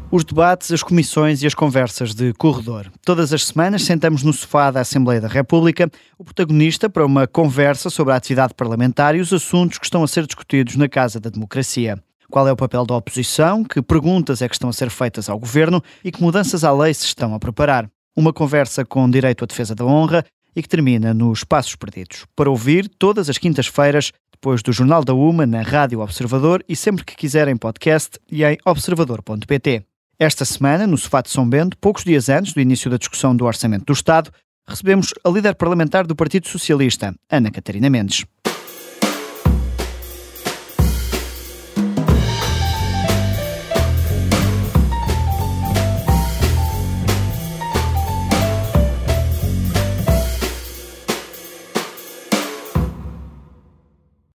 Os debates, as comissões e as conversas de corredor. Todas as semanas sentamos no sofá da Assembleia da República o protagonista para uma conversa sobre a atividade parlamentar e os assuntos que estão a ser discutidos na Casa da Democracia. Qual é o papel da oposição, que perguntas é que estão a ser feitas ao Governo e que mudanças à lei se estão a preparar. Uma conversa com direito à defesa da honra e que termina nos Passos Perdidos. Para ouvir todas as quintas-feiras, depois do Jornal da Uma, na Rádio Observador e sempre que quiserem podcast e em observador.pt. Esta semana, no Sofá de São Bento, poucos dias antes do início da discussão do Orçamento do Estado, recebemos a líder parlamentar do Partido Socialista, Ana Catarina Mendes.